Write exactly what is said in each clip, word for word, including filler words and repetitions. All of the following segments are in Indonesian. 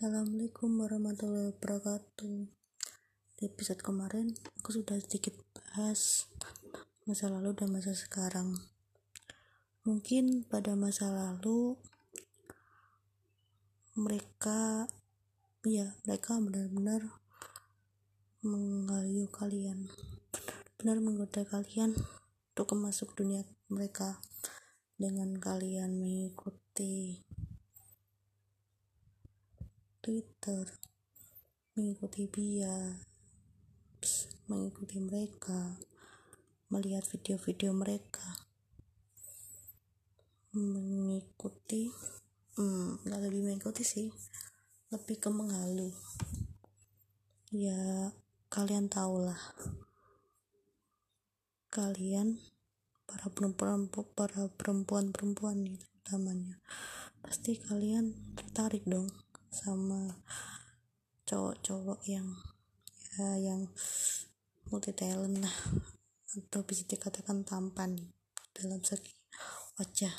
Assalamualaikum warahmatullahi wabarakatuh. Di episode kemarin aku sudah sedikit bahas masa lalu dan masa sekarang. Mungkin pada masa lalu mereka ya mereka benar-benar menggayuh kalian, benar menggoda kalian untuk masuk dunia mereka dengan kalian mengikuti Twitter, mengikuti bias, mengikuti mereka, melihat video-video mereka, mengikuti, hmm, nggak lebih mengikuti sih, lebih ke menghalu. Ya kalian tahulah, kalian para perempuan, para perempuan-perempuan itu utamanya, pasti kalian tertarik dong sama cowok-cowok yang ya yang multi talent lah, atau bisa dikatakan tampan dalam segi wajah.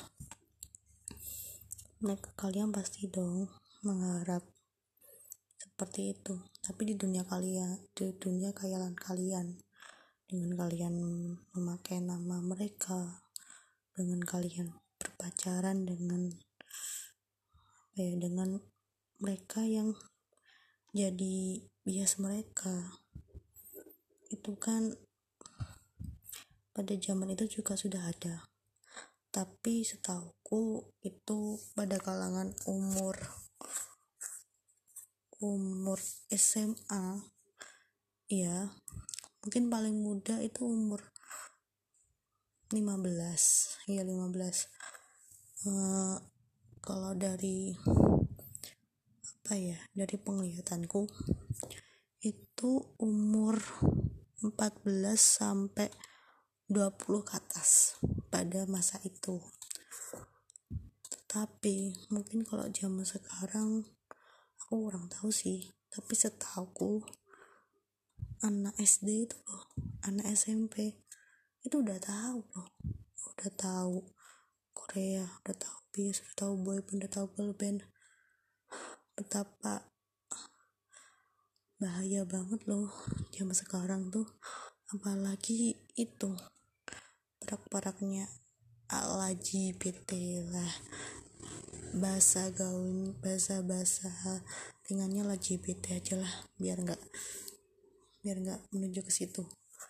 Mereka kalian pasti dong mengharap seperti itu, tapi di dunia kalian, di dunia khayalan kalian, dengan kalian memakai nama mereka, dengan kalian berpacaran dengan apa ya, dengan mereka yang jadi bias mereka, itu kan pada zaman itu juga sudah ada, tapi setauku itu pada kalangan umur umur S M A ya, mungkin paling muda itu umur lima belas ya lima belas. Uh, kalau dari apa ya dari penglihatanku itu umur empat belas sampai dua puluh ke atas pada masa itu. Tapi mungkin kalau zaman sekarang aku kurang tahu sih, tapi setauku anak S D itu loh, anak S M P itu udah tahu loh, udah tahu Korea, udah tahu bias, udah tahu boyband, udah tahu girl band. Betapa bahaya banget loh zaman sekarang tuh, apalagi itu perak-peraknya ala L G B T lah, bahasa gaul, bahasa-bahasa ringannya L G B T aja lah, biar nggak biar nggak menuju ke situ.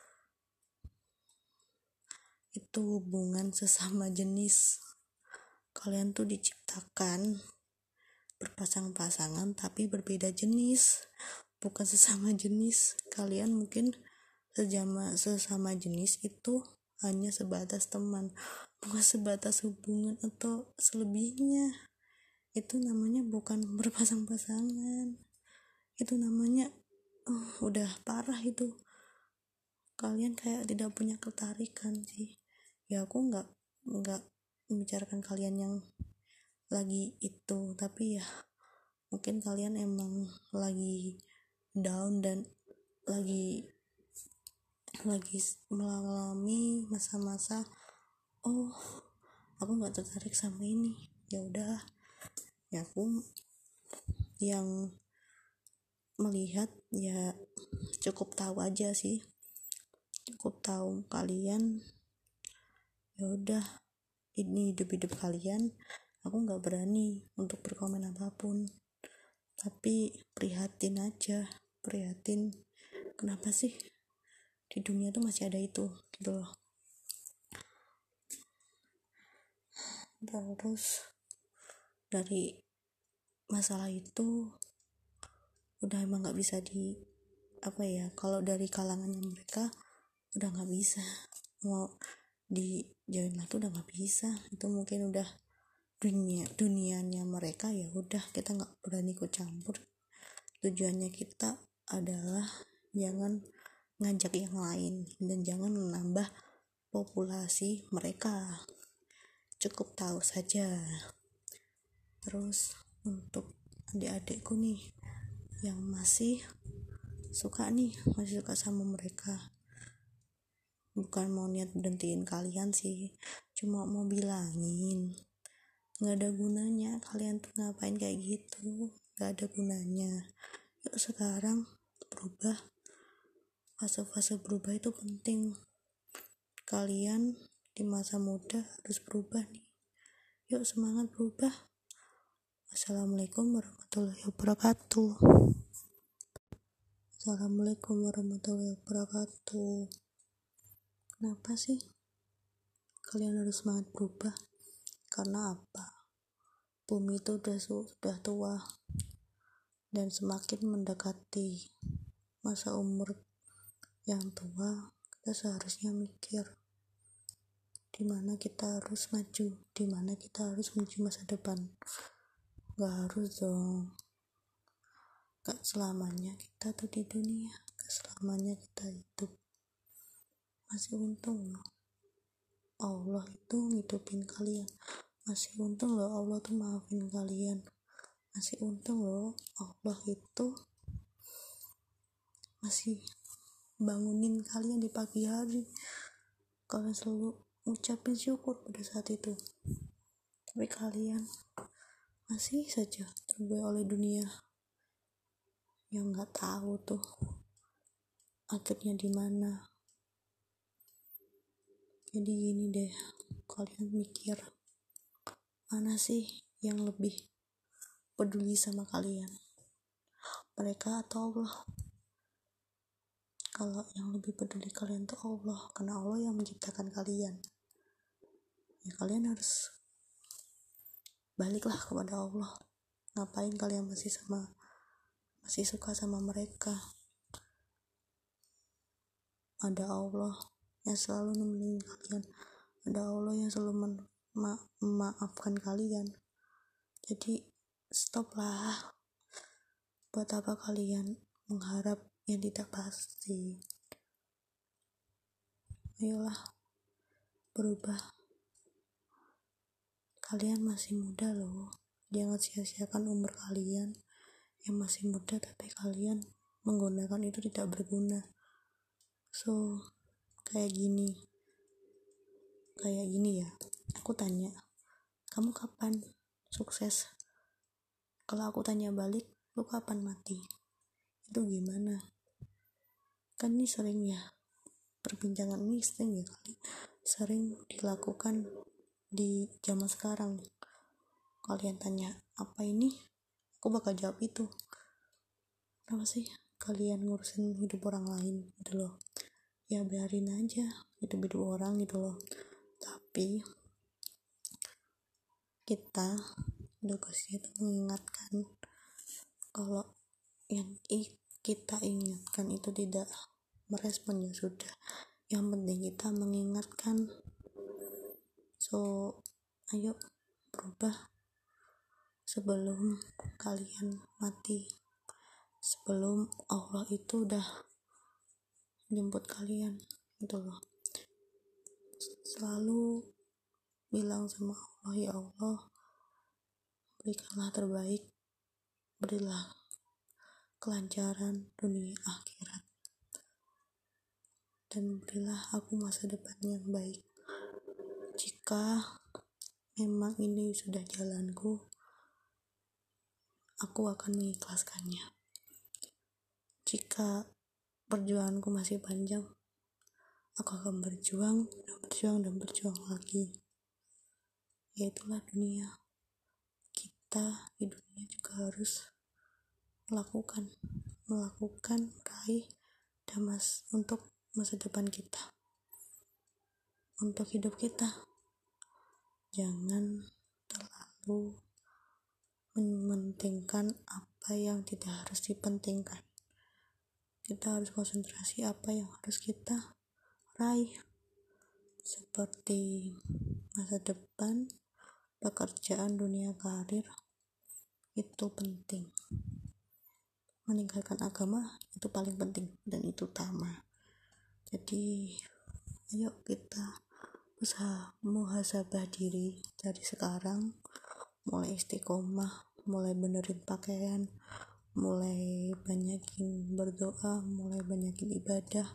Itu hubungan sesama jenis, kalian tuh diciptakan berpasang-pasangan tapi berbeda jenis, bukan sesama jenis. Kalian mungkin sejama sesama jenis itu hanya sebatas teman, bukan sebatas hubungan atau selebihnya. Itu namanya bukan berpasang-pasangan, itu namanya uh, udah parah itu. Kalian kayak tidak punya ketarikan sih. Ya aku nggak nggak membicarakan kalian yang lagi itu, tapi ya mungkin kalian emang lagi down dan lagi lagi mengalami masa-masa oh aku nggak tertarik sama ini, ya udah ya aku yang melihat ya cukup tahu aja sih, cukup tahu kalian, ya udah ini hidup-hidup kalian, aku nggak berani untuk berkomen apapun, tapi prihatin aja, prihatin kenapa sih di dunia tuh masih ada itu gitu loh. Terus dari masalah itu udah emang nggak bisa di apa ya, kalau dari kalangannya mereka udah nggak bisa mau dijauhin lagi, udah nggak bisa. Itu mungkin udah dunia dunianya mereka, ya udah kita nggak berani ikut campur. Tujuannya kita adalah jangan ngajak yang lain dan jangan menambah populasi mereka, cukup tahu saja. Terus untuk adik-adikku nih yang masih suka nih masih suka sama mereka, bukan mau niat berhentiin kalian sih, cuma mau bilangin nggak ada gunanya kalian tuh ngapain kayak gitu, nggak ada gunanya. Yuk sekarang berubah, fase-fase berubah itu penting. Kalian di masa muda harus berubah nih. Yuk semangat berubah. Assalamualaikum warahmatullahi wabarakatuh. Assalamualaikum warahmatullahi wabarakatuh. Kenapa sih kalian harus semangat berubah? Karena apa? Bumi itu udah, sudah tua dan semakin mendekati masa umur yang tua. Kita seharusnya mikir di mana kita harus maju, di mana kita harus menuju masa depan. Gak harus dong, gak selamanya kita tuh di dunia, gak selamanya kita hidup. Masih untung loh Allah itu ngidupin kalian, masih untung loh Allah tuh maafin kalian, masih untung loh Allah itu masih bangunin kalian di pagi hari. Kalian selalu ngucapin syukur pada saat itu, tapi kalian masih saja terbuai oleh dunia yang nggak tahu tuh akhirnya di mana. Jadi gini deh, kalian mikir mana sih yang lebih peduli sama kalian, mereka atau Allah? Kalau yang lebih peduli kalian tuh Allah, karena Allah yang menciptakan kalian. Ya kalian harus baliklah kepada Allah. Ngapain kalian masih sama masih suka sama mereka? Ada Allah yang selalu nemenin kalian, ada Allah yang selalu men- ma- memaafkan kalian. Jadi stoplah. Buat apa kalian mengharap yang tidak pasti? Ayolah berubah. Kalian masih muda loh, jangan sia-siakan umur kalian yang masih muda, tapi kalian menggunakan itu tidak berguna. So kayak gini kayak gini ya, aku tanya, kamu kapan sukses? Kalau aku tanya balik, lu kapan mati? Itu gimana? Kan ini sering ya, perbincangan ini sering ya kali sering dilakukan di zaman sekarang. Kalian tanya apa ini, aku bakal jawab itu. Kenapa sih kalian ngurusin hidup orang lain gitu loh? Ya biarin aja hidup-hidup orang gitu loh. Tapi kita tugasnya itu mengingatkan kalau yang kita ingatkan itu tidak merespon, ya sudah, yang penting kita mengingatkan. So ayo berubah sebelum kalian mati, sebelum Allah itu udah jemput kalian gitu loh. Selalu bilang sama Allah, ya Allah berikanlah terbaik, berilah kelancaran dunia akhirat, dan berilah aku masa depan yang baik. Jika memang ini sudah jalanku, aku akan mengikhlaskannya. Jika perjuanganku masih panjang, aku akan berjuang dan berjuang dan berjuang lagi. Ya itulah dunia. Kita di dunia juga harus melakukan melakukan meraih dan mas untuk masa depan kita, untuk hidup kita. Jangan terlalu mementingkan apa yang tidak harus dipentingkan. Kita harus konsentrasi apa yang harus kita raih, seperti masa depan, pekerjaan, dunia karir. Itu penting. Meninggalkan agama itu paling penting dan itu utama. Jadi ayo kita usaha muhasabah diri dari sekarang, mulai istiqomah, mulai benerin pakaian, mulai banyakin berdoa, mulai banyakin ibadah.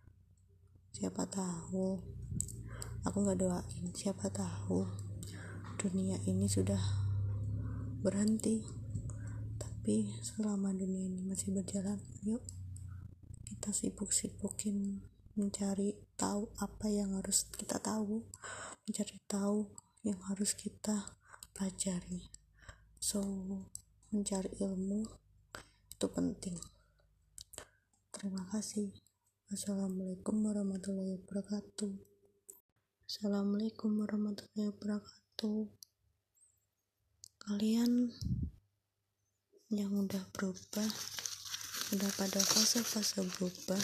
Siapa tahu, aku nggak doain, siapa tahu dunia ini sudah berhenti, tapi selama dunia ini masih berjalan, yuk kita sibuk-sibukin mencari tahu apa yang harus kita tahu, mencari tahu yang harus kita pelajari. So, mencari ilmu itu penting. Terima kasih. Assalamualaikum warahmatullahi wabarakatuh. Assalamualaikum warahmatullahi wabarakatuh. Kalian yang udah berubah, udah pada fase-fase berubah,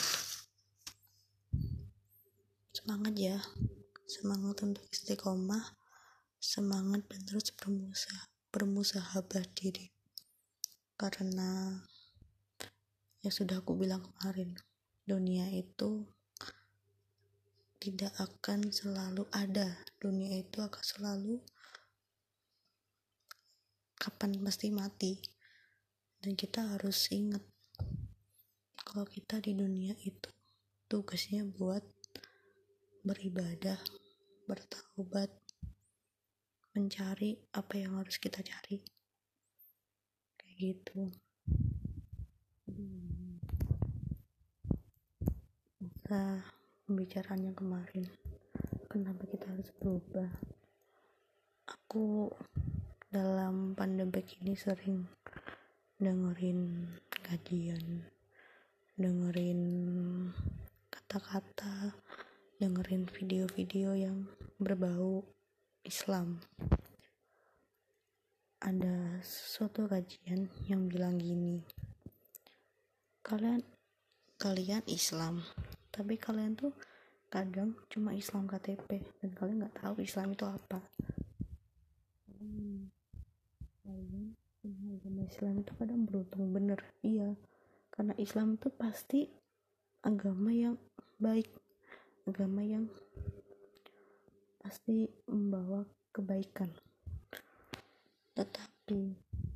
semangat ya, semangat untuk istiqomah, semangat dan terus bermusaha bermusahabah diri, karena ya sudah aku bilang kemarin, dunia itu tidak akan selalu ada, dunia itu akan selalu kapan pasti mati. Dan kita harus ingat kalau kita di dunia itu tugasnya buat beribadah, bertaubat, mencari apa yang harus kita cari, kayak gitu. Masa pembicaraannya kemarin, kenapa kita harus berubah? Aku dalam pandemi ini sering dengerin kajian, dengerin kata-kata, dengerin video-video yang berbau Islam. Ada suatu kajian yang bilang gini, kalian kalian Islam, tapi kalian tuh kadang cuma Islam K T P dan kalian nggak tahu Islam itu apa. Hmm, kalian agama Islam itu kadang beruntung bener, iya, karena Islam itu pasti agama yang baik, agama yang pasti membawa kebaikan. Tetapi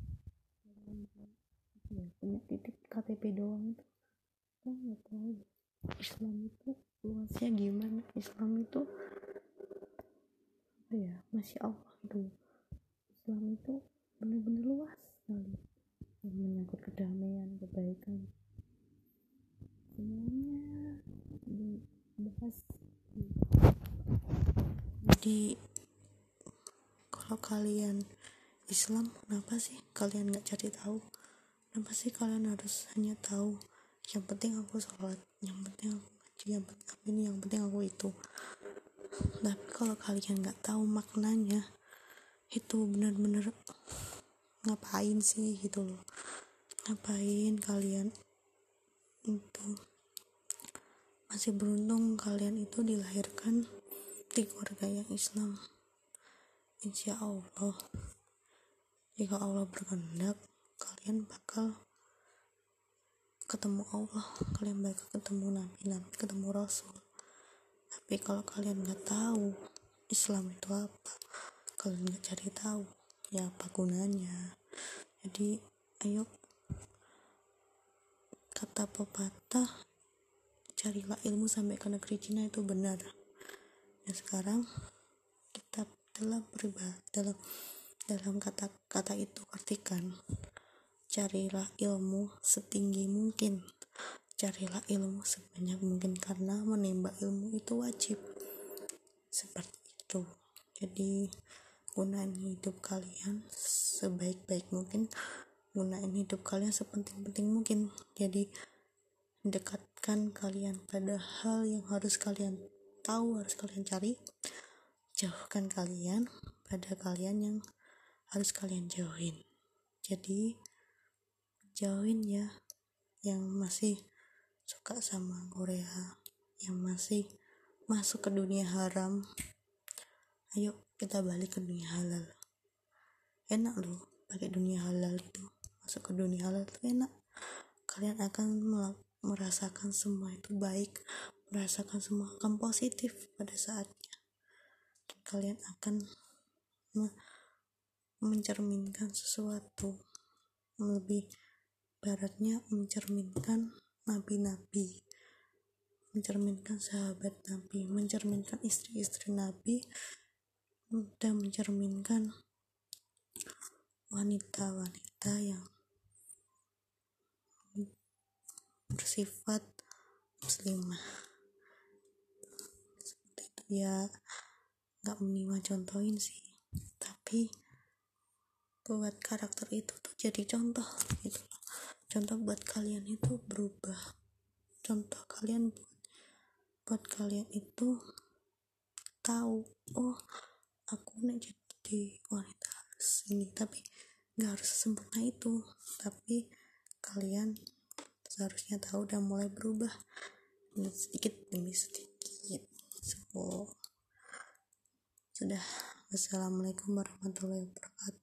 ya, punya titik K T P doang itu kita nggak tahu Islam itu luasnya gimana. Islam itu apa ya, Masya Allah tuh, Islam itu benar-benar luas sekali, yang menyangkut kedamaian, kebaikan, semuanya dibahas. Jadi kalau kalian Islam, kenapa sih kalian nggak cari tahu? Kenapa sih kalian harus hanya tahu yang penting aku sholat, yang penting aku ngaji, yang penting aku ini, yang penting aku itu? Tapi kalau kalian nggak tahu maknanya, itu benar-benar ngapain sih gitu loh? Ngapain kalian itu? Masih beruntung kalian itu dilahirkan di keluarga yang Islam. Insya Allah, jika Allah berkehendak, kalian bakal ketemu Allah, kalian bakal ketemu Nabi, Nabi ketemu Rasul. Tapi kalau kalian nggak tahu Islam itu apa, kalian nggak cari tahu, ya apa gunanya? Jadi ayo, kata pepatah, carilah ilmu sampai ke negeri Cina, itu benar. Dan sekarang kita dalam beribadah, dalam dalam kata-kata itu artikan, carilah ilmu setinggi mungkin, carilah ilmu sebanyak mungkin, karena menimba ilmu itu wajib. Seperti itu. Jadi gunain hidup kalian sebaik-baik mungkin, gunain hidup kalian sepenting-penting mungkin. Jadi dekatkan kalian pada hal yang harus kalian tahu, harus kalian cari. Jauhkan kalian pada kalian yang harus kalian jauhin. Jadi jauhin ya yang masih suka sama Korea, yang masih masuk ke dunia haram. Ayo kita balik ke dunia halal. Enak loh pakai dunia halal itu, masuk ke dunia halal itu enak. Kalian akan merasakan semua itu baik, merasakan semua akan positif pada saatnya. Dan kalian akan me- mencerminkan sesuatu, lebih baratnya mencerminkan nabi-nabi, mencerminkan sahabat Nabi, mencerminkan istri-istri Nabi, dan mencerminkan wanita-wanita yang bersifat muslimah. Seperti itu ya, gak menima contohin sih, tapi buat karakter itu tuh jadi contoh gitu, contoh buat kalian itu berubah, contoh kalian buat, buat kalian itu tahu, oh aku nih jadi wanita sini, tapi nggak harus sesempurna itu, tapi kalian seharusnya tahu dan mulai berubah sedikit demi sedikit. So, sudah. Wassalamualaikum warahmatullahi wabarakatuh.